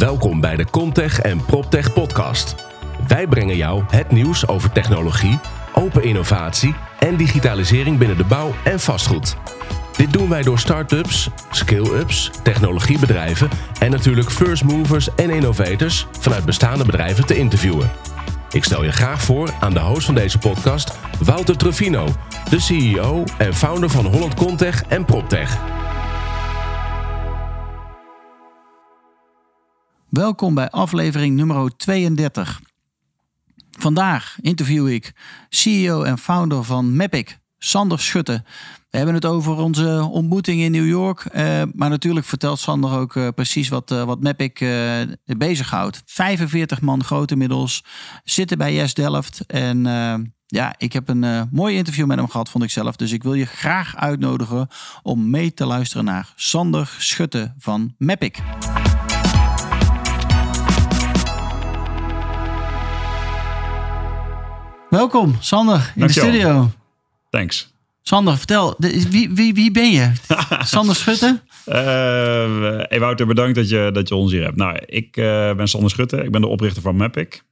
Welkom bij de Comtech en PropTech podcast. Wij brengen jou het nieuws over technologie, open innovatie en digitalisering binnen de bouw en vastgoed. Dit doen wij door start-ups, scale-ups, technologiebedrijven en natuurlijk first movers en innovators vanuit bestaande bedrijven te interviewen. Ik stel je graag voor aan de host van deze podcast, Wouter Truffino, de CEO en founder van Holland Comtech en PropTech. Welkom bij aflevering nummer 32. Vandaag interview ik CEO en founder van Mapic, Sander Schutte. We hebben het over onze ontmoeting in New York. Maar natuurlijk vertelt Sander ook precies wat Mapic bezighoudt. 45 man groot inmiddels, zitten bij Yes Delft. En ik heb een mooi interview met hem gehad, vond ik zelf. Dus ik wil je graag uitnodigen om mee te luisteren naar Sander Schutte van Mapic. Welkom, Sander, in de studio. Thanks. Sander, vertel, wie ben je? Sander Schutte? Hey Wouter, bedankt dat je ons hier hebt. Nou, ik ben Sander Schutte, ik ben de oprichter van Mapic.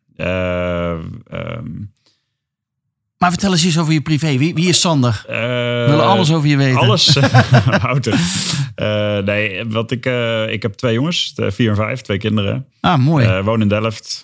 Maar vertel eens over je privé. Wie is Sander? We willen alles over je weten. Alles, Wouter. Ik heb 2 jongens, 4 en 5, 2 kinderen. Ah, mooi. Woon in Delft.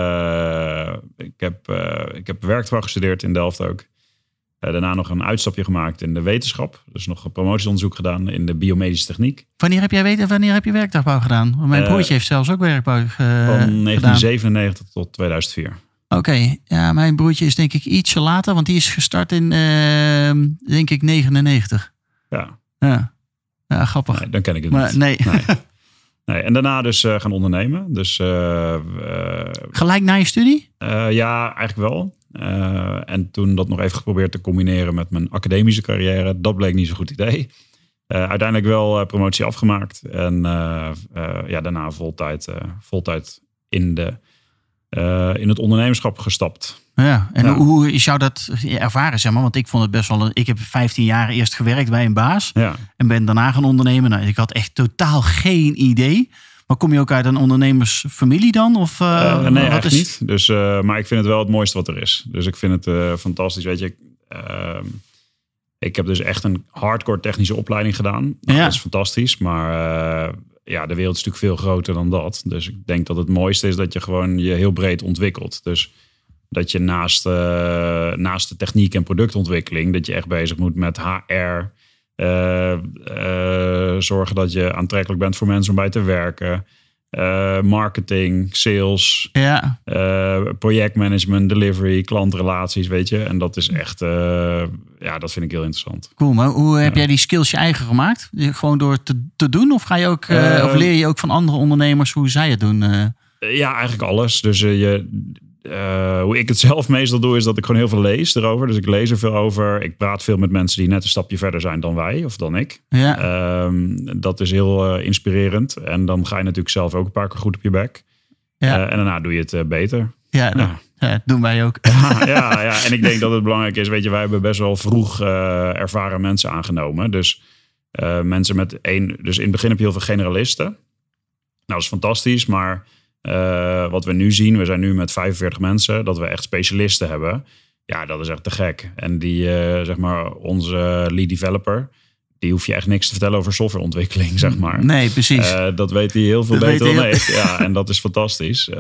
Ik heb werktuig gestudeerd in Delft ook. Daarna nog een uitstapje gemaakt in de wetenschap. Dus nog een promotieonderzoek gedaan in de biomedische techniek. Wanneer heb je werktuigbouw gedaan? Want mijn broertje heeft zelfs ook werkbouw gedaan. Van 1997 tot 2004. Oké, ja, mijn broertje is denk ik ietsje later, want die is gestart in, denk ik, 99. Ja, grappig. Nee, dan ken ik het maar, niet. Nee, en daarna dus gaan ondernemen. Dus, gelijk na je studie? Ja, eigenlijk wel. En toen dat nog even geprobeerd te combineren met mijn academische carrière. Dat bleek niet zo'n goed idee. Uiteindelijk wel promotie afgemaakt. En daarna voltijd in het ondernemerschap gestapt. Ja, en hoe is jou dat ervaren, zeg maar? Want ik vond het best wel... Ik heb 15 jaar eerst gewerkt bij een baas. Ja. En ben daarna gaan ondernemen. Nou, ik had echt totaal geen idee. Maar kom je ook uit een ondernemersfamilie dan? Of, nee, eigenlijk niet. Dus, maar ik vind het wel het mooiste wat er is. Dus ik vind het fantastisch. Weet je, ik heb dus echt een hardcore technische opleiding gedaan. Nou, dat is fantastisch, maar... de wereld is natuurlijk veel groter dan dat. Dus ik denk dat het mooiste is dat je gewoon je heel breed ontwikkelt. Dus dat je naast de techniek en productontwikkeling... dat je echt bezig moet met HR. Zorgen dat je aantrekkelijk bent voor mensen om bij te werken. Marketing, sales, projectmanagement, delivery, klantrelaties, weet je. En dat is echt, dat vind ik heel interessant. Cool, maar hoe heb jij die skills je eigen gemaakt? Gewoon door te doen? Of ga je ook, of leer je ook van andere ondernemers hoe zij het doen? Ja, eigenlijk alles. Dus hoe ik het zelf meestal doe, is dat ik gewoon heel veel lees erover. Dus ik lees er veel over. Ik praat veel met mensen die net een stapje verder zijn dan wij of dan ik. Ja. Dat is heel inspirerend. En dan ga je natuurlijk zelf ook een paar keer goed op je bek. Ja. En daarna doe je het beter. Ja, dat doen wij ook. Ja, en ik denk dat het belangrijk is. Weet je, wij hebben best wel vroeg ervaren mensen aangenomen. Dus mensen met dus in het begin heb je heel veel generalisten. Nou, dat is fantastisch, maar... wat we nu zien, we zijn nu met 45 mensen, dat we echt specialisten hebben. Ja, dat is echt te gek. En die, onze lead developer, die hoef je echt niks te vertellen over softwareontwikkeling, zeg maar. Nee, precies. Dat weet hij heel veel beter dan ik. Ja, en dat is fantastisch.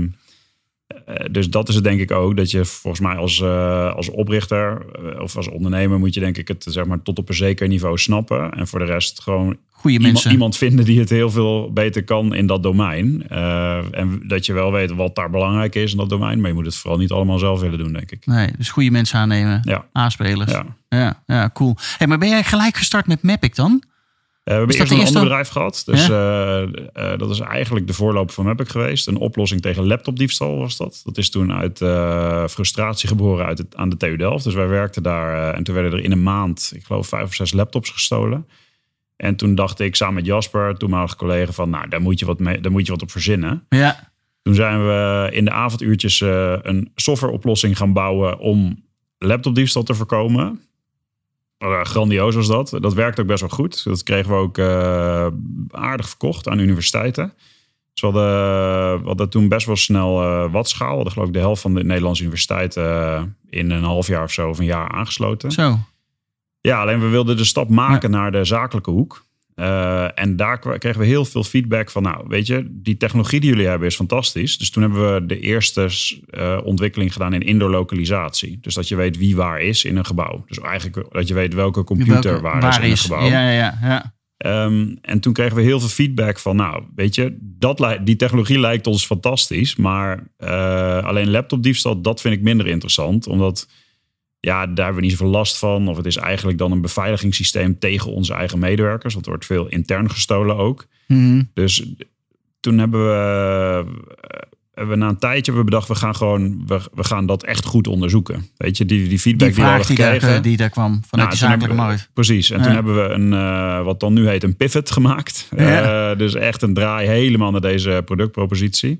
Dus dat is het denk ik ook, dat je volgens mij als oprichter of als ondernemer moet je denk ik het zeg maar tot op een zeker niveau snappen. En voor de rest gewoon iemand vinden die het heel veel beter kan in dat domein. En dat je wel weet wat daar belangrijk is in dat domein. Maar je moet het vooral niet allemaal zelf willen doen, denk ik. Nee, dus goede mensen aannemen, aanspelers. Ja, cool. Hey, maar ben jij gelijk gestart met Mapic dan? We hebben eerst een ander bedrijf gehad. Dus dat is eigenlijk de voorloper van Mapic geweest. Een oplossing tegen laptopdiefstal was dat. Dat is toen uit frustratie geboren aan de TU Delft. Dus wij werkten daar en toen werden er in een maand, ik geloof 5 of 6 laptops gestolen. En toen dacht ik samen met Jasper, toenmalige collega, van nou, daar moet je wat op verzinnen. Ja. Toen zijn we in de avonduurtjes een softwareoplossing gaan bouwen om laptopdiefstal te voorkomen. Grandioos was dat. Dat werkte ook best wel goed. Dat kregen we ook aardig verkocht aan universiteiten. Dus we hadden toen best wel snel wat schaal. We hadden geloof ik de helft van de Nederlandse universiteit in een half jaar of zo of een jaar aangesloten. Zo. Ja, alleen we wilden de stap maken naar de zakelijke hoek. En daar kregen we heel veel feedback van, nou, weet je, die technologie die jullie hebben is fantastisch. Dus toen hebben we de eerste ontwikkeling gedaan in indoor lokalisatie. Dus dat je weet wie waar is in een gebouw. Dus eigenlijk dat je weet welke computer waar is in een gebouw. Ja. En toen kregen we heel veel feedback van, nou, weet je, die technologie lijkt ons fantastisch. Maar alleen laptopdiefstal, dat vind ik minder interessant. Omdat, ja, daar hebben we niet zoveel last van. Of het is eigenlijk dan een beveiligingssysteem tegen onze eigen medewerkers. Want er wordt veel intern gestolen ook. Mm-hmm. Dus toen hebben we na een tijdje bedacht, we gaan dat echt goed onderzoeken. Weet je, die feedback die we hadden gekregen. Die daar kwam vanuit de zakelijke markt. Precies. En toen hebben we wat dan nu heet een pivot gemaakt. Ja. Dus echt een draai helemaal naar deze productpropositie.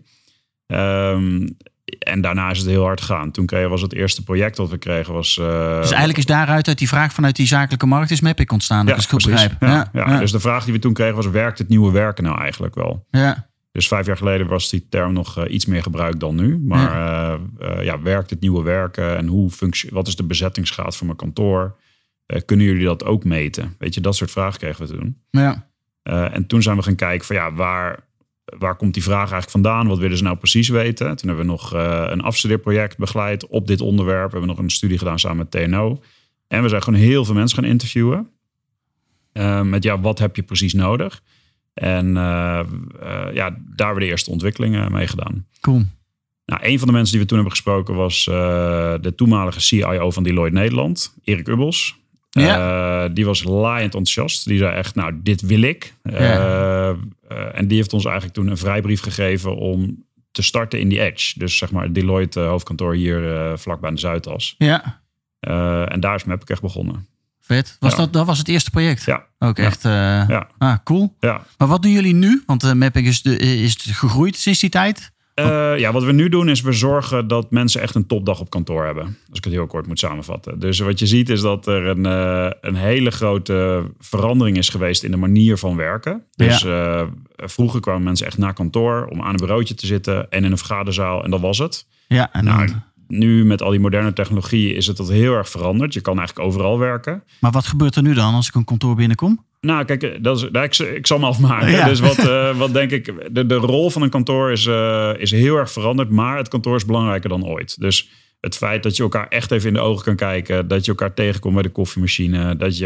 En daarna is het heel hard gegaan. Toen was het eerste project dat we kregen. Dus eigenlijk is daaruit uit die vraag vanuit die zakelijke markt is Mappic ontstaan. Dat is goed begrijp. Ja. Dus de vraag die we toen kregen was, werkt het nieuwe werken nou eigenlijk wel? Ja. Dus 5 jaar geleden was die term nog iets meer gebruikt dan nu. Maar werkt het nieuwe werken en wat is de bezettingsgraad van mijn kantoor? Kunnen jullie dat ook meten? Weet je, dat soort vragen kregen we toen. Ja. En toen zijn we gaan kijken van waar komt die vraag eigenlijk vandaan? Wat willen ze nou precies weten? Toen hebben we nog een afstudeerproject begeleid op dit onderwerp. We hebben nog een studie gedaan samen met TNO. En we zijn gewoon heel veel mensen gaan interviewen. Met wat heb je precies nodig? En daar hebben we de eerste ontwikkelingen mee gedaan. Cool. Nou, een van de mensen die we toen hebben gesproken was de toenmalige CIO van Deloitte Nederland, Erik Ubbels. Ja. Die was laaiend enthousiast. Die zei echt, nou, dit wil ik. En die heeft ons eigenlijk toen een vrijbrief gegeven om te starten in die Edge. Dus zeg maar het Deloitte hoofdkantoor hier vlakbij de Zuidas. Ja. En daar is Mappic echt begonnen. Vet. Dat was het eerste project? Ja. Ook echt cool. Ja. Maar wat doen jullie nu? Want Mappic is gegroeid sinds die tijd. Wat we nu doen is we zorgen dat mensen echt een topdag op kantoor hebben. Als ik het heel kort moet samenvatten. Dus wat je ziet is dat er een hele grote verandering is geweest in de manier van werken. Dus vroeger kwamen mensen echt naar kantoor om aan een bureautje te zitten en in een vergaderzaal en dat was het. Ja, en nu met al die moderne technologie is het dat heel erg veranderd. Je kan eigenlijk overal werken. Maar wat gebeurt er nu dan als ik een kantoor binnenkom? Nou, kijk, ik zal me afmaken. Ja. Dus wat denk ik, de rol van een kantoor is heel erg veranderd, maar het kantoor is belangrijker dan ooit. Dus het feit dat je elkaar echt even in de ogen kan kijken, dat je elkaar tegenkomt bij de koffiemachine, dat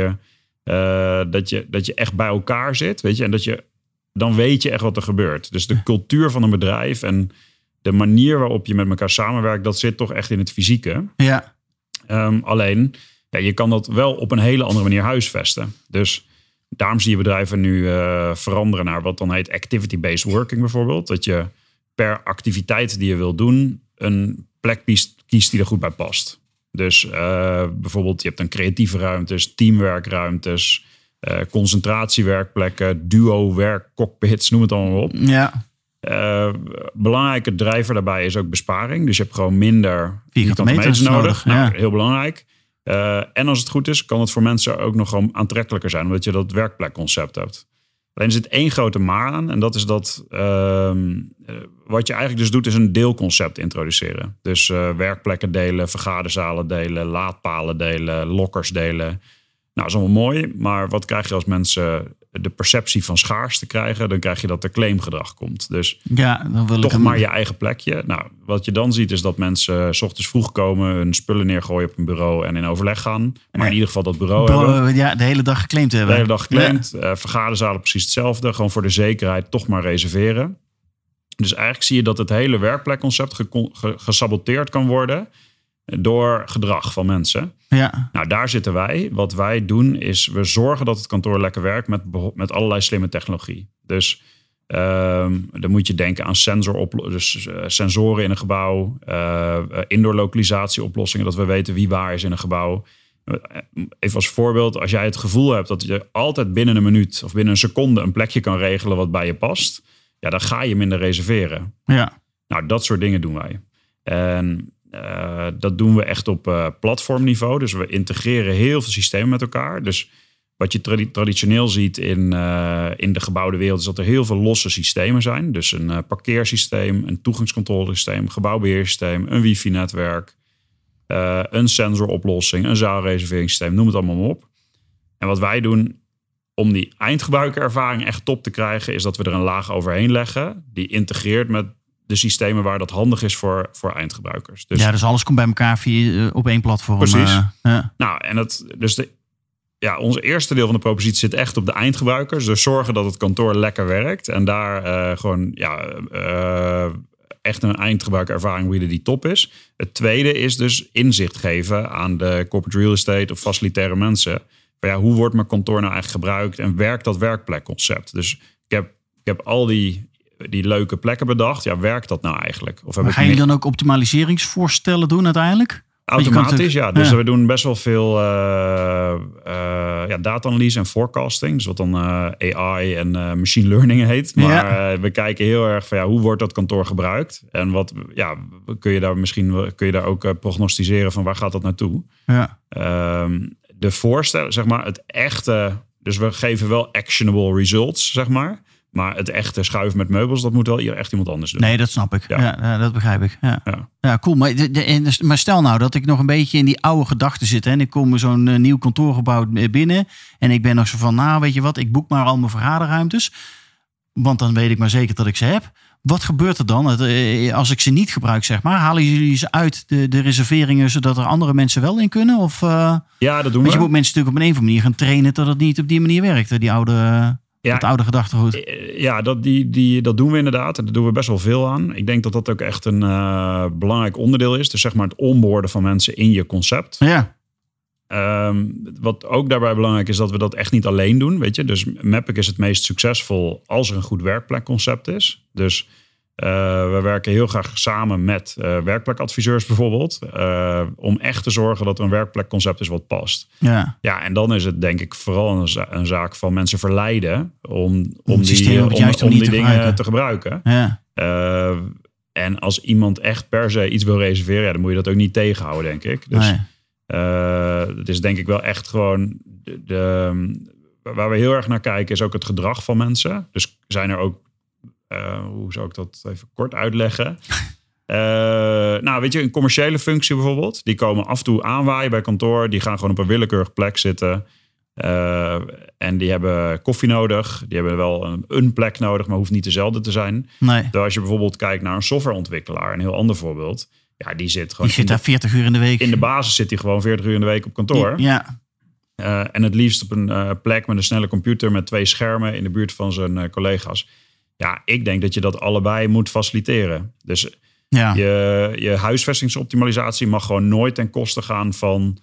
je echt bij elkaar zit, weet je, en dan weet je echt wat er gebeurt. Dus de cultuur van een bedrijf en de manier waarop je met elkaar samenwerkt, dat zit toch echt in het fysieke. Ja. Alleen, je kan dat wel op een hele andere manier huisvesten. Dus daarom zie je bedrijven nu veranderen naar wat dan heet activity-based working bijvoorbeeld. Dat je per activiteit die je wil doen een plek kiest die er goed bij past. Dus bijvoorbeeld je hebt een creatieve ruimtes, teamwerkruimtes, concentratiewerkplekken, duo-werkcockpits, noem het allemaal op. Ja. Belangrijke drijver daarbij is ook besparing. Dus je hebt gewoon minder vierkante meters nodig. Nou, heel belangrijk. En als het goed is, kan het voor mensen ook nog gewoon aantrekkelijker zijn, omdat je dat werkplekconcept hebt. Alleen er zit één grote maar aan. En dat is dat wat je eigenlijk dus doet, is een deelconcept introduceren. Dus werkplekken delen, vergaderzalen delen, laadpalen delen, lokkers delen. Nou, dat is allemaal mooi. Maar wat krijg je als mensen de perceptie van schaarste krijgen? Dan krijg je dat er claimgedrag komt. Dus dan wil toch maar je eigen plekje. Nou, wat je dan ziet is dat mensen 's ochtends vroeg komen, hun spullen neergooien op een bureau en in overleg gaan. Maar in ieder geval dat bureau hebben. Ja, de hele dag geclaimd hebben. De hele dag geclaimd. Vergaderzalen precies hetzelfde. Gewoon voor de zekerheid toch maar reserveren. Dus eigenlijk zie je dat het hele werkplekconcept gesaboteerd kan worden door gedrag van mensen. Ja. Nou, daar zitten wij. Wat wij doen is, we zorgen dat het kantoor lekker werkt met allerlei slimme technologie. Dus dan moet je denken aan sensoren in een gebouw, indoor lokalisatieoplossingen, dat we weten wie waar is in een gebouw. Even als voorbeeld, als jij het gevoel hebt dat je altijd binnen een minuut of binnen een seconde een plekje kan regelen wat bij je past, dan ga je minder reserveren. Ja. Nou, dat soort dingen doen wij. En dat doen we echt op platformniveau. Dus we integreren heel veel systemen met elkaar. Dus Wat je traditioneel ziet in de gebouwde wereld is dat er heel veel losse systemen zijn. Dus een parkeersysteem, een toegangscontrolesysteem, gebouwbeheersysteem, een wifi-netwerk, een sensoroplossing, een zaalreserveringssysteem, noem het allemaal maar op. En wat wij doen om die eindgebruikerervaring echt top te krijgen, is dat we er een laag overheen leggen die integreert met de systemen waar dat handig is voor eindgebruikers. Dus alles komt bij elkaar op één platform. Precies. Nou, en ons eerste deel van de propositie zit echt op de eindgebruikers. Dus zorgen dat het kantoor lekker werkt. En daar echt een eindgebruikerervaring bieden die top is. Het tweede is dus inzicht geven aan de corporate real estate of facilitaire mensen. Hoe wordt mijn kantoor nou eigenlijk gebruikt en werkt dat werkplekconcept? Dus ik heb al die leuke plekken bedacht. Ja, werkt dat nou eigenlijk? Of gaan jullie dan ook optimaliseringsvoorstellen doen uiteindelijk? Automatisch, ja. Dus we doen best wel veel data-analyse en forecasting. Dus wat dan AI en machine learning heet. Maar we kijken heel erg van hoe wordt dat kantoor gebruikt? En kun je daar ook prognosticeren van waar gaat dat naartoe? Ja. De voorstellen, zeg maar, het echte. Dus we geven wel actionable results, zeg maar. Maar het echte schuiven met meubels, dat moet wel echt iemand anders doen. Nee, dat snap ik. Ja, dat begrijp ik. Ja, cool. Maar stel nou dat ik nog een beetje in die oude gedachten zit. Hè, en ik kom zo'n nieuw kantoorgebouw binnen. En ik ben nog zo van, weet je wat, ik boek maar al mijn vergaderruimtes. Want dan weet ik maar zeker dat ik ze heb. Wat gebeurt er dan als ik ze niet gebruik, zeg maar? Halen jullie ze uit de reserveringen zodat er andere mensen wel in kunnen? Of, ja, dat doen we. Je moet mensen natuurlijk op een of andere manier gaan trainen dat het niet op die manier werkt. Die oude... het oude gedachtegoed. Ja, dat doen we inderdaad. Daar doen we best wel veel aan. Ik denk dat dat ook echt een belangrijk onderdeel is. Dus zeg maar het onboarden van mensen in je concept. Ja. Wat ook daarbij belangrijk is, dat we dat echt niet alleen doen. Weet je? Dus Mappic is het meest succesvol als er een goed werkplekconcept is. Dus we werken heel graag samen met werkplekadviseurs bijvoorbeeld. Om echt te zorgen dat er een werkplekconcept is wat past. Ja, en dan is het denk ik vooral een zaak van mensen verleiden om die dingen te gebruiken. Ja. En als iemand echt per se iets wil reserveren, dan moet je dat ook niet tegenhouden, denk ik. Dus het is denk ik wel echt gewoon waar we heel erg naar kijken is ook het gedrag van mensen. Dus zijn er ook hoe zou ik dat even kort uitleggen? Weet je, een commerciële functie bijvoorbeeld. Die komen af en toe aanwaaien bij kantoor. Die gaan gewoon op een willekeurige plek zitten. En die hebben koffie nodig. Die hebben wel een plek nodig, maar hoeft niet dezelfde te zijn. Nee. Dus als je bijvoorbeeld kijkt naar een softwareontwikkelaar, een heel ander voorbeeld. Ja, die zit gewoon... Die zit daar 40 uur in de week. In de basis zit hij gewoon 40 uur in de week op kantoor. Ja. En het liefst op een plek met een snelle computer met 2 schermen in de buurt van zijn collega's. Ja, ik denk dat je dat allebei moet faciliteren. Dus je huisvestingsoptimalisatie mag gewoon nooit ten koste gaan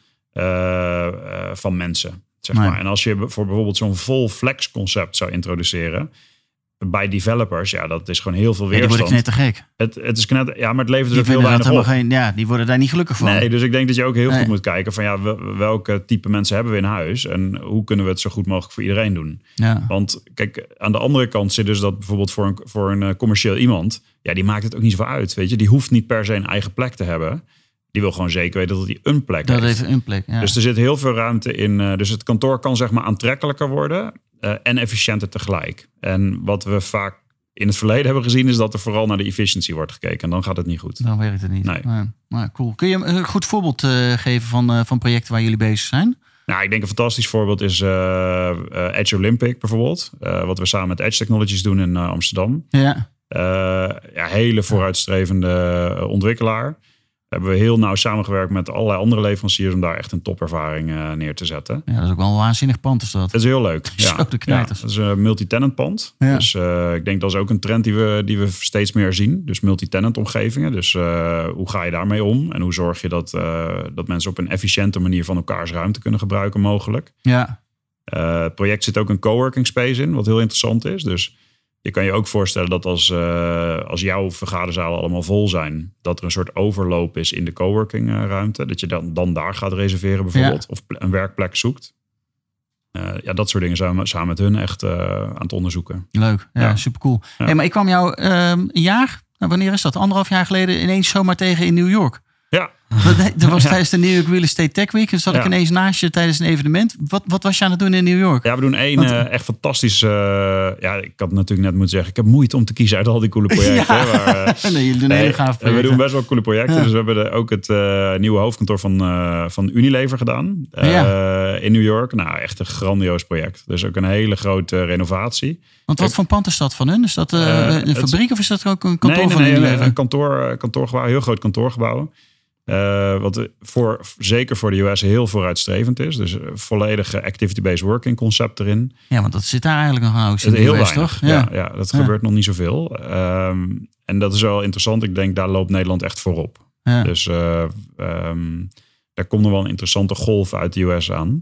van mensen. Zeg maar. En als je voor bijvoorbeeld zo'n vol flex concept zou introduceren bij developers, dat is gewoon heel veel weerstand. Die worden knettergek. Het is maar het levert er ook heel weinig op. Die worden daar niet gelukkig van. Nee, dus ik denk dat je ook heel goed moet kijken van welke type mensen hebben we in huis en hoe kunnen we het zo goed mogelijk voor iedereen doen. Ja. Want kijk, aan de andere kant zit dus dat bijvoorbeeld voor een commercieel iemand, die maakt het ook niet zoveel uit, weet je. Die hoeft niet per se een eigen plek te hebben. Die wil gewoon zeker weten dat hij een plek heeft. Dat heeft een plek, ja. Dus er zit heel veel ruimte in. Dus het kantoor kan zeg maar aantrekkelijker worden en efficiënter tegelijk. En wat we vaak in het verleden hebben gezien is dat er vooral naar de efficiëntie wordt gekeken. En dan gaat het niet goed. Dan werkt het niet. Nee. Nou, cool. Kun je een goed voorbeeld geven van projecten waar jullie bezig zijn? Nou, ik denk een fantastisch voorbeeld is Edge Olympic bijvoorbeeld. Wat we samen met Edge Technologies doen in Amsterdam. Ja. Hele vooruitstrevende ontwikkelaar. Hebben we heel nauw samengewerkt met allerlei andere leveranciers om daar echt een topervaring neer te zetten. Ja, dat is ook wel een waanzinnig pand is dat. Dat is heel leuk. Ja, dat is een multi-tenant pand. Ja. Dus ik denk dat is ook een trend die we steeds meer zien. Dus multi-tenant omgevingen. Dus hoe ga je daarmee om? En hoe zorg je dat mensen op een efficiënte manier van elkaars ruimte kunnen gebruiken mogelijk? Ja. Het project zit ook een coworking space in, wat heel interessant is. Dus je kan je ook voorstellen dat als jouw vergaderzalen allemaal vol zijn, dat er een soort overloop is in de coworking ruimte. Dat je dan daar gaat reserveren bijvoorbeeld. Ja. Of een werkplek zoekt. Dat soort dingen zijn we samen met hun echt aan het onderzoeken. Leuk, supercool. Ja. Hey, maar ik kwam jou een jaar, wanneer is dat? 1,5 jaar geleden ineens zomaar tegen in New York. Ja. Dat was tijdens de New York Real Estate Tech Week. En zat ik ineens naast je tijdens een evenement. Wat was je aan het doen in New York? Ja, we doen echt fantastisch... ik had natuurlijk net moeten zeggen... ik heb moeite om te kiezen uit al die coole projecten. Nee, jullie doen hele gaaf projecten. We doen best wel coole projecten. Ja. Dus we hebben ook het nieuwe hoofdkantoor van Unilever gedaan. In New York. Nou, echt een grandioos project. Dus ook een hele grote renovatie. Want wat voor pand is dat van hun? Is dat een fabriek of is dat ook een kantoor van Unilever? Een kantoorgebouw, heel groot kantoorgebouw. Wat zeker voor de US heel vooruitstrevend is. Dus volledige activity-based working concept erin. Ja, want dat zit daar eigenlijk nog aan. Heel weinig, toch? Ja, dat gebeurt nog niet zoveel. En dat is wel interessant. Ik denk, daar loopt Nederland echt voorop. Ja. Dus daar komt nog wel een interessante golf uit de US aan.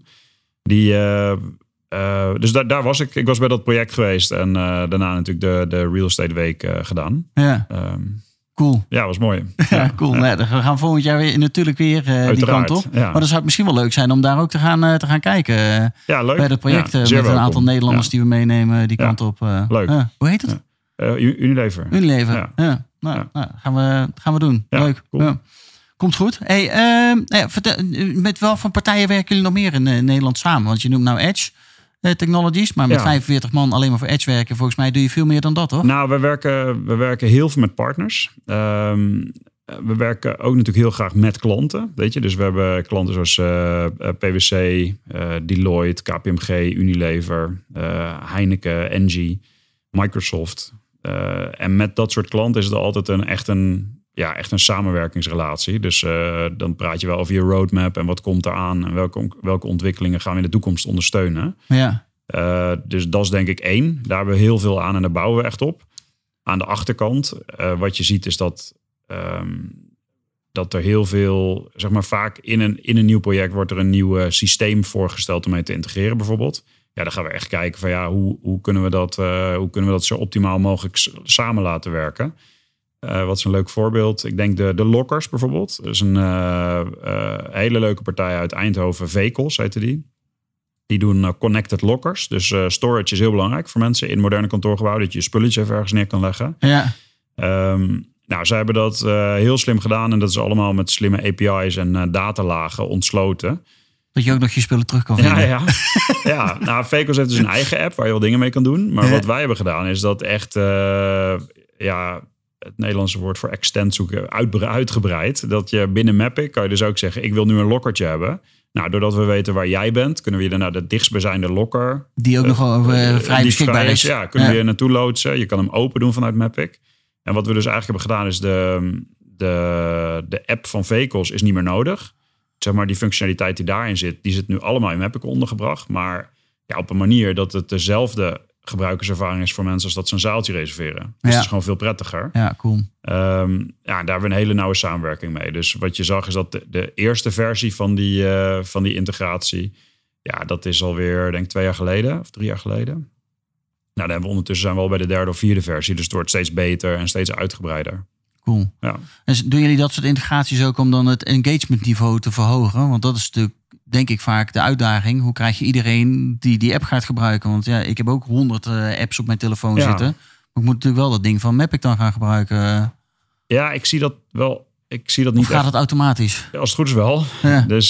Dus daar was ik. Ik was bij dat project geweest. En daarna natuurlijk de Real Estate Week gedaan. Ja. Cool. Ja, was mooi. Ja, cool. Ja. Nee, we gaan volgend jaar natuurlijk weer die kant op. Ja. Maar dan zou het misschien wel leuk zijn om daar ook te gaan kijken. Leuk. Bij het project met een aantal Nederlanders die we meenemen die kant op. Leuk. Hoe heet het? Unilever. Unilever. Ja. Nou, gaan we doen. Ja, leuk. Cool. Ja. Komt goed. Hey, met welke van partijen werken jullie nog meer in Nederland samen? Want je noemt nou Edge Technologies, maar met 45 man alleen maar voor Edge werken. Volgens mij doe je veel meer dan dat, toch? Nou, we werken heel veel met partners. We werken ook natuurlijk heel graag met klanten, weet je. Dus we hebben klanten zoals PwC, Deloitte, KPMG, Unilever, Heineken, Engie, Microsoft. En met dat soort klanten is het altijd echt een samenwerkingsrelatie. Dus dan praat je wel over je roadmap en wat komt eraan en welke ontwikkelingen gaan we in de toekomst ondersteunen. Ja. Dus dat is denk ik 1. Daar hebben we heel veel aan en daar bouwen we echt op. Aan de achterkant, wat je ziet is dat er heel veel, zeg maar vaak in een nieuw project wordt er een nieuw systeem voorgesteld om mee te integreren bijvoorbeeld. Ja, dan gaan we echt kijken van hoe kunnen we dat zo optimaal mogelijk samen laten werken. Wat is een leuk voorbeeld? Ik denk de lockers bijvoorbeeld. Dat is een hele leuke partij uit Eindhoven. Vekos heette die. Die doen connected lockers. Dus storage is heel belangrijk voor mensen in moderne kantoorgebouwen. Dat je je spulletjes even ergens neer kan leggen. Ja. Zij hebben dat heel slim gedaan. En dat is allemaal met slimme API's en datalagen ontsloten. Dat je ook nog je spullen terug kan vinden. Ja. Nou, Vekos heeft dus een eigen app waar je wel dingen mee kan doen. Maar wat wij hebben gedaan is dat echt... het Nederlandse woord voor extend zoeken, uitgebreid. Dat je binnen Mapic kan je dus ook zeggen, ik wil nu een lokkertje hebben. Nou, doordat we weten waar jij bent, kunnen we je naar de dichtstbijzijnde lokker... Die ook nog wel vrij beschikbaar is. Ja, kunnen we je naartoe loodsen. Je kan hem open doen vanuit Mapic. En wat we dus eigenlijk hebben gedaan is de app van Vekos is niet meer nodig. Zeg maar, die functionaliteit die daarin zit, die zit nu allemaal in Mapic ondergebracht. Maar op een manier dat het dezelfde gebruikerservaring is voor mensen als dat ze een zaaltje reserveren. Dus het is gewoon veel prettiger. Ja, cool. Daar hebben we een hele nauwe samenwerking mee. Dus wat je zag is dat de eerste versie van die integratie, dat is alweer denk ik 2 jaar geleden of 3 jaar geleden. Nou, dan hebben we ondertussen zijn we al bij de 3e of 4e versie. Dus het wordt steeds beter en steeds uitgebreider. Cool. Ja. En doen jullie dat soort integraties ook om dan het engagementniveau te verhogen? Want dat is natuurlijk, denk ik, vaak de uitdaging. Hoe krijg je iedereen die app gaat gebruiken? Want ik heb ook 100 apps op mijn telefoon zitten. Maar ik moet natuurlijk wel dat ding van Mapic dan gaan gebruiken. Ja, ik zie dat wel. Ik zie dat niet. Of gaat het automatisch? Als het goed is wel. Ja. Dus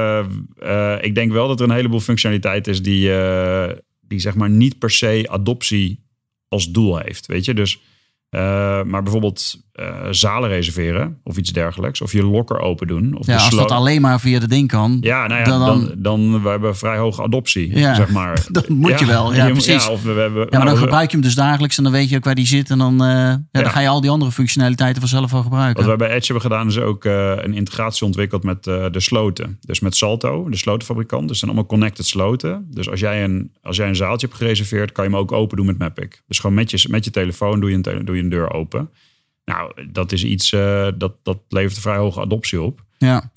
ik denk wel dat er een heleboel functionaliteit is die zeg maar niet per se adoptie als doel heeft. Weet je, dus... maar bijvoorbeeld zalen reserveren of iets dergelijks. Of je locker open doen. Of als dat alleen maar via de ding kan. Ja, dan we hebben vrij hoge adoptie, zeg maar. Dan moet je wel, precies. Maar dan gebruik je hem dus dagelijks en dan weet je ook waar die zit. En dan dan ga je al die andere functionaliteiten vanzelf wel gebruiken. Wat wij bij Edge hebben gedaan is ook een integratie ontwikkeld met de sloten. Dus met Salto, de slotenfabrikant. Dus zijn allemaal connected sloten. Dus als jij een zaaltje hebt gereserveerd, kan je hem ook open doen met Mapic. Dus gewoon met je telefoon doe je een deur open. Nou, dat is iets dat levert een vrij hoge adoptie op. Ja.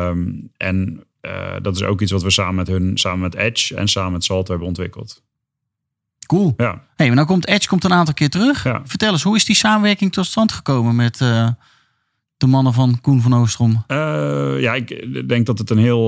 En dat is ook iets wat we samen met Edge en samen met Salto hebben ontwikkeld. Cool. Ja. Hey, maar nou komt Edge een aantal keer terug. Ja. Vertel eens, hoe is die samenwerking tot stand gekomen met de mannen van Koen van Oostrom? Ik denk dat het een heel...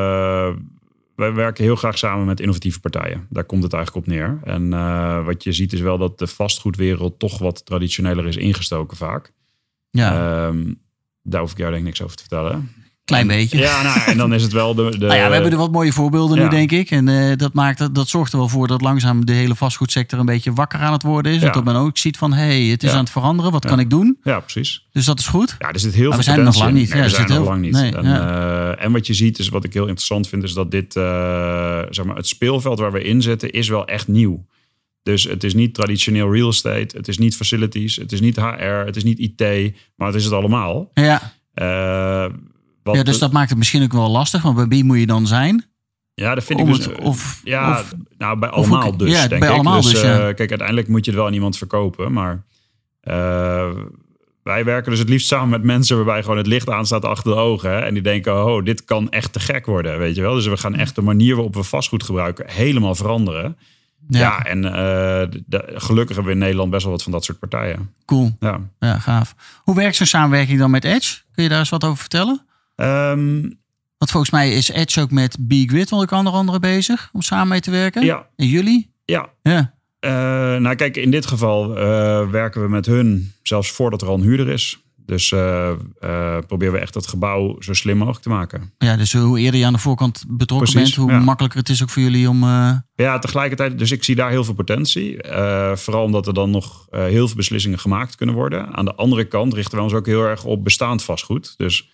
wij werken heel graag samen met innovatieve partijen. Daar komt het eigenlijk op neer. En wat je ziet is wel dat de vastgoedwereld toch wat traditioneler is ingestoken vaak. Ja. Daar hoef ik jou denk ik niks over te vertellen. Klein beetje. Ja, en dan is het wel de... we hebben er wat mooie voorbeelden nu, denk ik. En dat zorgt er wel voor dat langzaam de hele vastgoedsector een beetje wakker aan het worden is. Dat men ook ziet van, het is aan het veranderen. Wat kan ik doen? Ja, precies. Dus dat is goed. Ja, er zit heel veel we zijn er nog lang niet. Nee, we zijn er nog lang niet. Nee, en wat je ziet, is wat ik heel interessant vind, is dat dit, het speelveld waar we in zitten, is wel echt nieuw. Dus het is niet traditioneel real estate. Het is niet facilities. Het is niet HR. Het is niet IT. Maar het is het allemaal. Ja. Dus dat maakt het misschien ook wel lastig. Want bij wie moet je dan zijn? Ja, dat vind ik dus... bij allemaal dus, denk ik. Bij allemaal dus, kijk, uiteindelijk moet je het wel aan iemand verkopen. Maar wij werken dus het liefst samen met mensen waarbij gewoon het licht aanstaat achter de ogen. Hè? En die denken, dit kan echt te gek worden, weet je wel. Dus we gaan echt de manier waarop we vastgoed gebruiken helemaal veranderen. Ja, en gelukkig hebben we in Nederland best wel wat van dat soort partijen. Cool. Ja, gaaf. Hoe werkt zo'n samenwerking dan met Edge? Kun je daar eens wat over vertellen? Want volgens mij is Edge ook met BeGrid onder andere bezig om samen mee te werken. Ja. En jullie? Ja. Kijk, in dit geval werken we met hun zelfs voordat er al een huurder is. Dus proberen we echt dat gebouw zo slim mogelijk te maken. Ja, dus hoe eerder je aan de voorkant betrokken bent, hoe makkelijker het is ook voor jullie om... Ja, tegelijkertijd, dus ik zie daar heel veel potentie. Vooral omdat er dan nog heel veel beslissingen gemaakt kunnen worden. Aan de andere kant richten we ons ook heel erg op bestaand vastgoed. Dus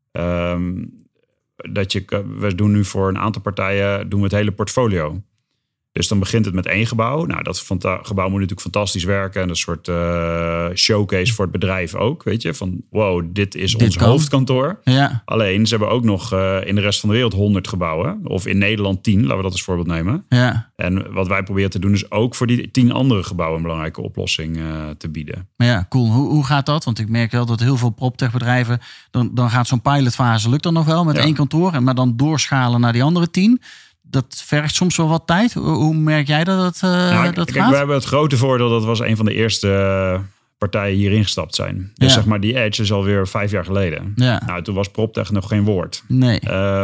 we doen nu voor een aantal partijen doen we het hele portfolio. Dus dan begint het met 1 gebouw. Nou, dat gebouw moet natuurlijk fantastisch werken. En een soort showcase voor het bedrijf ook. Weet je, van wow, dit is ons hoofdkantoor. Ja. Alleen, ze hebben ook nog in de rest van de wereld 100 gebouwen. Of in Nederland 10, laten we dat als voorbeeld nemen. Ja. En wat wij proberen te doen is ook voor die 10 andere gebouwen een belangrijke oplossing te bieden. Ja, cool. Hoe gaat dat? Want ik merk wel dat heel veel proptech bedrijven... Dan gaat zo'n pilotfase, lukt dan nog wel met 1 kantoor. Maar dan doorschalen naar die andere 10... Dat vergt soms wel wat tijd. Hoe merk jij dat dat gaat? We hebben het grote voordeel dat we als een van de eerste partijen hierin gestapt zijn. Dus zeg maar, die Edge is alweer 5 jaar geleden. Ja. Nou, toen was PropTech nog geen woord. Nee.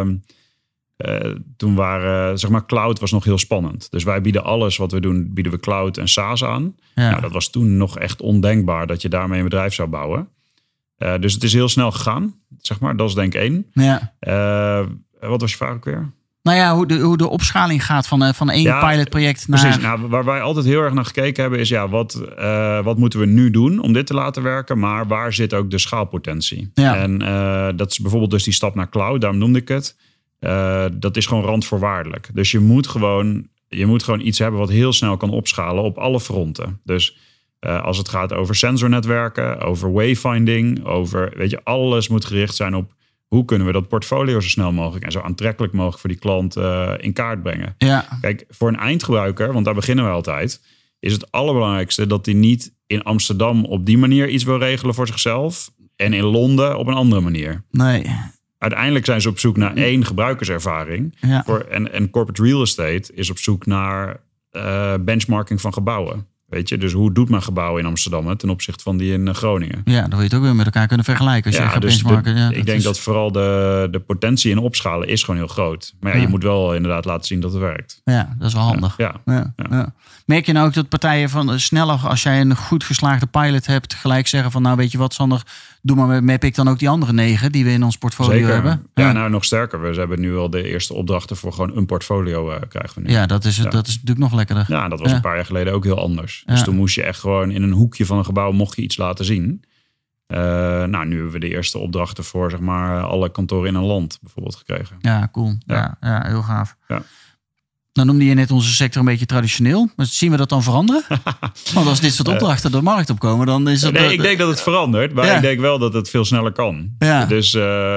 Toen waren, zeg maar, cloud was nog heel spannend. Dus wij bieden alles wat we doen, bieden we cloud en SaaS aan. Ja. Nou, dat was toen nog echt ondenkbaar dat je daarmee een bedrijf zou bouwen. Dus het is heel snel gegaan, zeg maar. Dat is denk ik 1. Ja. Wat was je vraag ook weer? Nou ja, hoe de opschaling gaat van één pilotproject naar... Precies. Nou, waar wij altijd heel erg naar gekeken hebben is... wat moeten we nu doen om dit te laten werken? Maar waar zit ook de schaalpotentie? Ja. En dat is bijvoorbeeld dus die stap naar cloud. Daarom noemde ik het. Dat is gewoon randvoorwaardelijk. Dus je moet gewoon iets hebben wat heel snel kan opschalen op alle fronten. Dus als het gaat over sensornetwerken, over wayfinding... alles moet gericht zijn op... Hoe kunnen we dat portfolio zo snel mogelijk en zo aantrekkelijk mogelijk voor die klant in kaart brengen? Ja. Kijk, voor een eindgebruiker, want daar beginnen we altijd, is het allerbelangrijkste dat hij niet in Amsterdam op die manier iets wil regelen voor zichzelf en in Londen op een andere manier. Nee. Uiteindelijk zijn ze op zoek naar 1 gebruikerservaring. Ja. En corporate real estate is op zoek naar benchmarking van gebouwen. Weet je, dus hoe doet mijn gebouw in Amsterdam ten opzichte van die in Groningen? Ja, dan wil je het ook weer met elkaar kunnen vergelijken. Als je gaat benchmarken. Ik denk dat vooral de potentie in opschalen is gewoon heel groot. Maar je moet wel inderdaad laten zien dat het werkt. Ja, dat is wel handig. Ja. Merk je nou ook dat partijen van sneller, als jij een goed geslaagde pilot hebt, gelijk zeggen van, nou weet je wat Sander, doe maar met Mappic dan ook die andere 9 die we in ons portfolio hebben? Ja, nou nog sterker. We hebben nu al de eerste opdrachten voor gewoon een portfolio krijgen we nu. Ja, dat is natuurlijk nog lekkerder. Ja, dat was een paar jaar geleden ook heel anders. Dus toen moest je echt gewoon in een hoekje van een gebouw mocht je iets laten zien. Nu hebben we de eerste opdrachten voor zeg maar alle kantoren in een land bijvoorbeeld gekregen. Ja, cool. Ja, heel gaaf. Ja. Nou noemde je net onze sector een beetje traditioneel. Maar zien we dat dan veranderen? Want als dit soort opdrachten de markt opkomen, dan is het... Nee, ik denk dat het verandert. Maar ik denk wel dat het veel sneller kan. Ja. Dus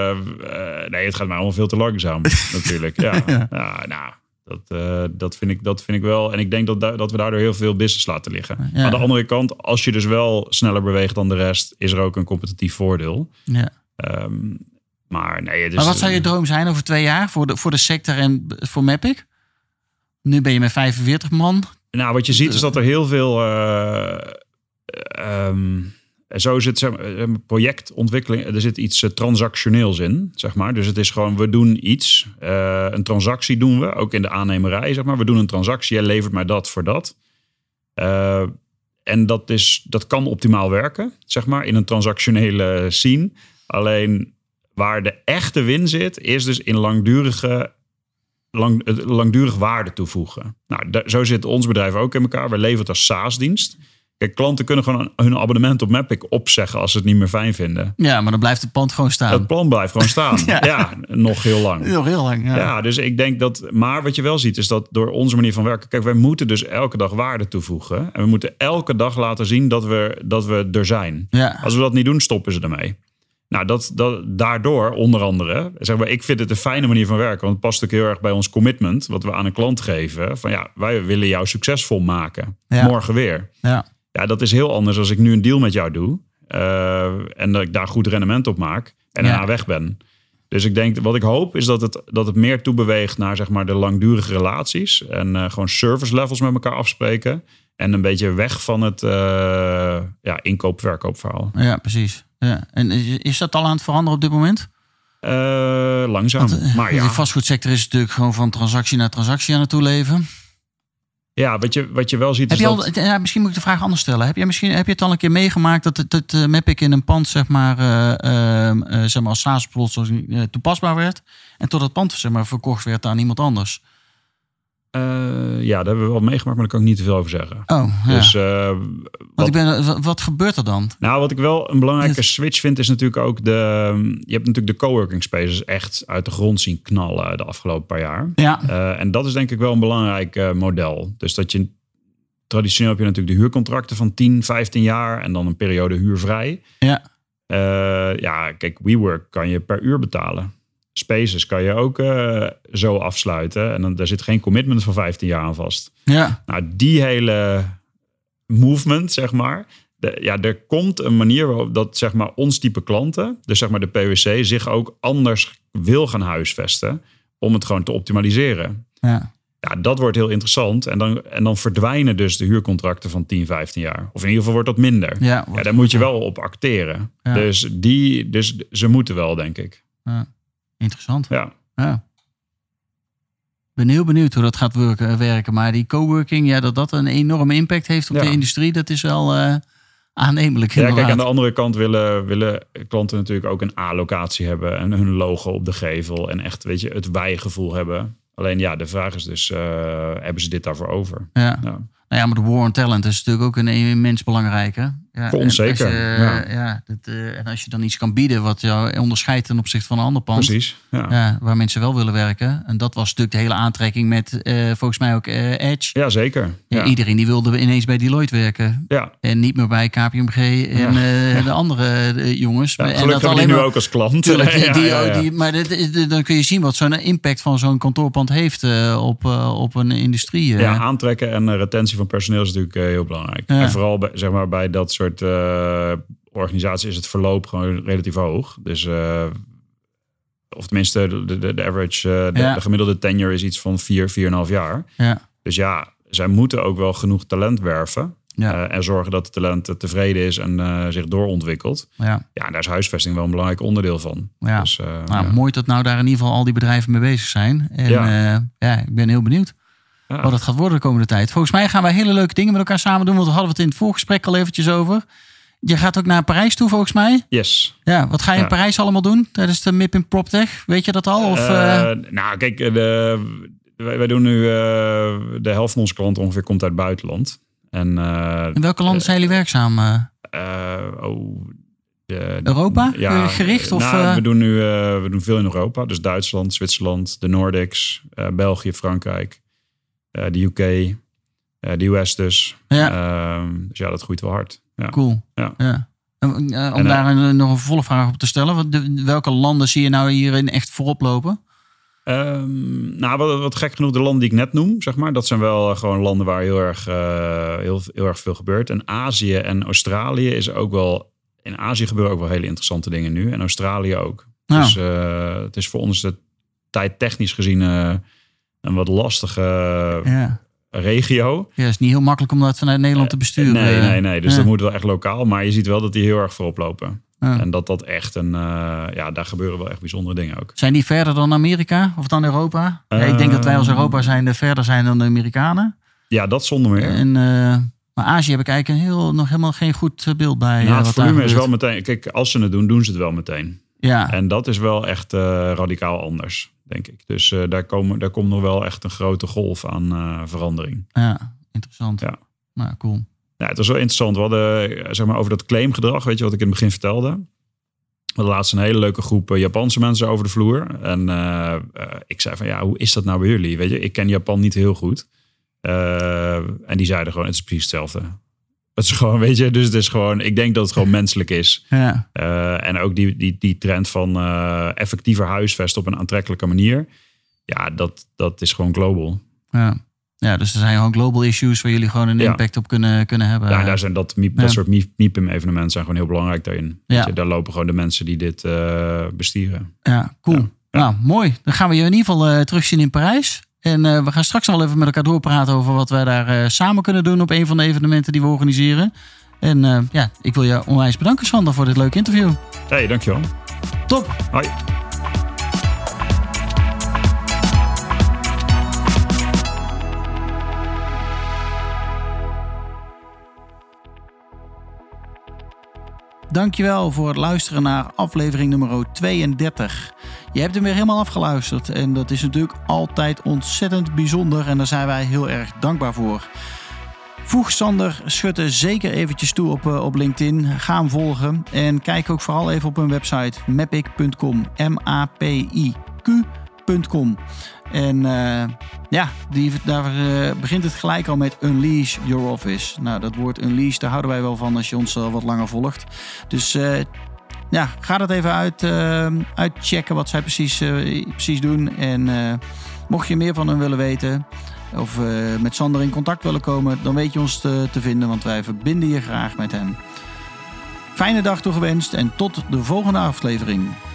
het gaat mij allemaal veel te langzaam natuurlijk. Dat vind ik wel. En ik denk dat we daardoor heel veel business laten liggen. Ja. Aan de andere kant, als je dus wel sneller beweegt dan de rest, is er ook een competitief voordeel. Ja. Maar wat zou je droom zijn over 2 jaar voor de sector en voor Mappic? Nu ben je met 45 man. Nou, wat je ziet is dat er heel veel... zo zit een projectontwikkeling. Er zit iets transactioneels in, zeg maar. Dus het is gewoon, we doen iets. Een transactie doen we, ook in de aannemerij, zeg maar. We doen een transactie, jij levert mij dat voor dat. En dat kan optimaal werken, zeg maar, in een transactionele scene. Alleen waar de echte win zit, is dus in langdurig waarde toevoegen. Nou, zo zit ons bedrijf ook in elkaar. We leveren het als SaaS-dienst. Kijk, klanten kunnen gewoon hun abonnement op Mapic opzeggen als ze het niet meer fijn vinden. Ja, maar dan blijft het pand gewoon staan. Het pand blijft gewoon staan. ja, nog heel lang. Nog heel lang, ja. Ja, dus ik denk dat... Maar wat je wel ziet, is dat door onze manier van werken... Kijk, wij moeten dus elke dag waarde toevoegen. En we moeten elke dag laten zien dat we er zijn. Ja. Als we dat niet doen, stoppen ze ermee. Nou, daardoor, onder andere... Zeg maar, ik vind het een fijne manier van werken. Want het past ook heel erg bij ons commitment... wat we aan een klant geven. Van ja, wij willen jou succesvol maken. Ja. Morgen weer. Ja. Ja, dat is heel anders als ik nu een deal met jou doe. En dat ik daar goed rendement op maak. En daarna weg ben. Dus ik denk, wat ik hoop is dat het meer toebeweegt naar zeg maar de langdurige relaties. En gewoon service levels met elkaar afspreken. En een beetje weg van het inkoop-verkoopverhaal. Ja, precies. Ja. En is dat al aan het veranderen op dit moment? Langzaam. Maar ja. De vastgoedsector is natuurlijk gewoon van transactie naar transactie aan het toeleven. Ja, wat je wel ziet misschien moet ik de vraag anders stellen. Heb je het al een keer meegemaakt dat Mapic in een pand zeg maar als SaaS-oplossing toepasbaar werd en tot het pand zeg maar verkocht werd aan iemand anders? Ja, dat hebben we wel meegemaakt, maar daar kan ik niet te veel over zeggen. Oh, ja. Dus, wat gebeurt er dan? Nou, wat ik wel een belangrijke switch vind, is natuurlijk ook je hebt natuurlijk de coworking spaces echt uit de grond zien knallen de afgelopen paar jaar. Ja. En dat is denk ik wel een belangrijk model. Dus traditioneel heb je natuurlijk de huurcontracten van 10, 15 jaar en dan een periode huurvrij. Ja. Kijk, WeWork kan je per uur betalen. Spaces kan je ook zo afsluiten. En daar zit geen commitment van 15 jaar aan vast. Ja. Nou, die hele movement, zeg maar. Er komt een manier waarop dat zeg maar ons type klanten, dus zeg maar de PwC, zich ook anders wil gaan huisvesten om het gewoon te optimaliseren. Ja. Ja, dat wordt heel interessant. En dan verdwijnen dus de huurcontracten van 10, 15 jaar. Of in ieder geval wordt dat minder. Ja, daar moet je wel op acteren. Ja. Dus ze moeten wel, denk ik. Ja. Interessant. Ja. Ik ben heel benieuwd hoe dat gaat werken. Maar die coworking, dat een enorme impact heeft op de industrie. Dat is wel aannemelijk. Ja, kijk, aan de andere kant willen klanten natuurlijk ook een A-locatie hebben. En hun logo op de gevel. En echt, weet je, het wij-gevoel hebben. Alleen de vraag is dus, hebben ze dit daarvoor over? Ja. Nou ja, maar de war on talent is natuurlijk ook een immens belangrijke. Ja, voor ons zeker. En als je dan iets kan bieden wat jou onderscheidt ten opzichte van een ander pand. Precies. Waar mensen wel willen werken. En dat was natuurlijk de hele aantrekking met volgens mij ook Edge. Ja, zeker. Ja. Iedereen die wilde ineens bij Deloitte werken. Ja. En niet meer bij KPMG en de andere jongens. Ja, en dat alleen nu ook als klant. Tuurlijk, maar dan kun je zien wat zo'n impact van zo'n kantoorpand heeft op een industrie. Ja, aantrekken en retentie van personeel is natuurlijk heel belangrijk. Ja. En vooral bij dat soort organisaties is het verloop gewoon relatief hoog. Dus of tenminste de average, de gemiddelde tenure is iets van 4,5 jaar. Ja. Dus zij moeten ook wel genoeg talent werven. Ja. En zorgen dat het talent tevreden is en zich doorontwikkelt. Ja, daar is huisvesting wel een belangrijk onderdeel van. Ja. Dus, mooi dat nou daar in ieder geval al die bedrijven mee bezig zijn. En ik ben heel benieuwd. Ja. Wat het gaat worden de komende tijd. Volgens mij gaan wij hele leuke dingen met elkaar samen doen. Want we hadden het in het voorgesprek al eventjes over. Je gaat ook naar Parijs toe volgens mij. Yes. Ja, wat ga je in Parijs allemaal doen tijdens de MIP in PropTech? Weet je dat al? Of, Nou, kijk, wij doen nu de helft van onze klanten ongeveer komt uit het buitenland. En, in welke landen zijn jullie werkzaam? Europa gericht? Of, we doen veel in Europa. Dus Duitsland, Zwitserland, de Nordics, België, Frankrijk. De UK, de US dus. Dus dat groeit wel hard. Ja. Cool. Ja. Om daar nog een vervolgvraag op te stellen. Welke landen zie je nou hierin echt voorop lopen? Wat gek genoeg de landen die ik net noem, zeg maar. Dat zijn wel gewoon landen waar heel erg veel gebeurt. En Azië en Australië is ook wel... In Azië gebeuren ook wel hele interessante dingen nu. En Australië ook. Ja. Dus het is voor ons de tijd technisch gezien... een wat lastige regio. Ja, het is niet heel makkelijk om dat vanuit Nederland te besturen. Nee. Dus dat moet wel echt lokaal. Maar je ziet wel dat die heel erg voorop lopen. Ja. En dat echt daar gebeuren wel echt bijzondere dingen ook. Zijn die verder dan Amerika of dan Europa? Ik denk dat wij als Europa verder zijn dan de Amerikanen. Ja, dat zonder meer. En Maar Azië heb ik eigenlijk nog helemaal geen goed beeld bij. Het volume is wel meteen... Kijk, als ze het doen, doen ze het wel meteen. Ja. En dat is wel echt radicaal anders, denk ik. Dus daar komt nog wel echt een grote golf aan verandering. Ja, interessant. Ja. Nou, cool. Ja, het was wel interessant. We hadden, zeg maar, over dat claimgedrag, weet je wat ik in het begin vertelde? We hadden laatst een hele leuke groep Japanse mensen over de vloer. En ik zei van, ja, hoe is dat nou bij jullie? Weet je, ik ken Japan niet heel goed. En die zeiden gewoon, het is precies hetzelfde. Het is gewoon, weet je, dus het is gewoon, ik denk dat het gewoon menselijk is. Ja. En ook die trend van effectiever huisvesten op een aantrekkelijke manier. Ja, dat is gewoon global. Ja, dus er zijn gewoon global issues waar jullie gewoon een impact op kunnen hebben. Ja, daar zijn dat soort MIPIM-evenementen zijn gewoon heel belangrijk daarin. Ja. Daar lopen gewoon de mensen die dit bestieren. Ja, cool. Ja. Nou, mooi. Dan gaan we je in ieder geval terugzien in Parijs. En we gaan straks al even met elkaar doorpraten over wat wij daar samen kunnen doen op een van de evenementen die we organiseren. En ik wil je onwijs bedanken, Sander, voor dit leuke interview. Hey, dankjewel. Top. Hoi. Dankjewel voor het luisteren naar aflevering nummer 32. Je hebt hem weer helemaal afgeluisterd en dat is natuurlijk altijd ontzettend bijzonder en daar zijn wij heel erg dankbaar voor. Voeg Sander Schutte zeker eventjes toe op LinkedIn. Ga hem volgen en kijk ook vooral even op hun website mapic.com. MAPIQ.com. En daar begint het gelijk al met Unleash Your Office. Nou, dat woord Unleash, daar houden wij wel van als je ons wat langer volgt. Dus ga dat even uitchecken wat zij precies doen. En mocht je meer van hen willen weten of met Sander in contact willen komen, dan weet je ons te vinden, want wij verbinden je graag met hen. Fijne dag toegewenst en tot de volgende aflevering.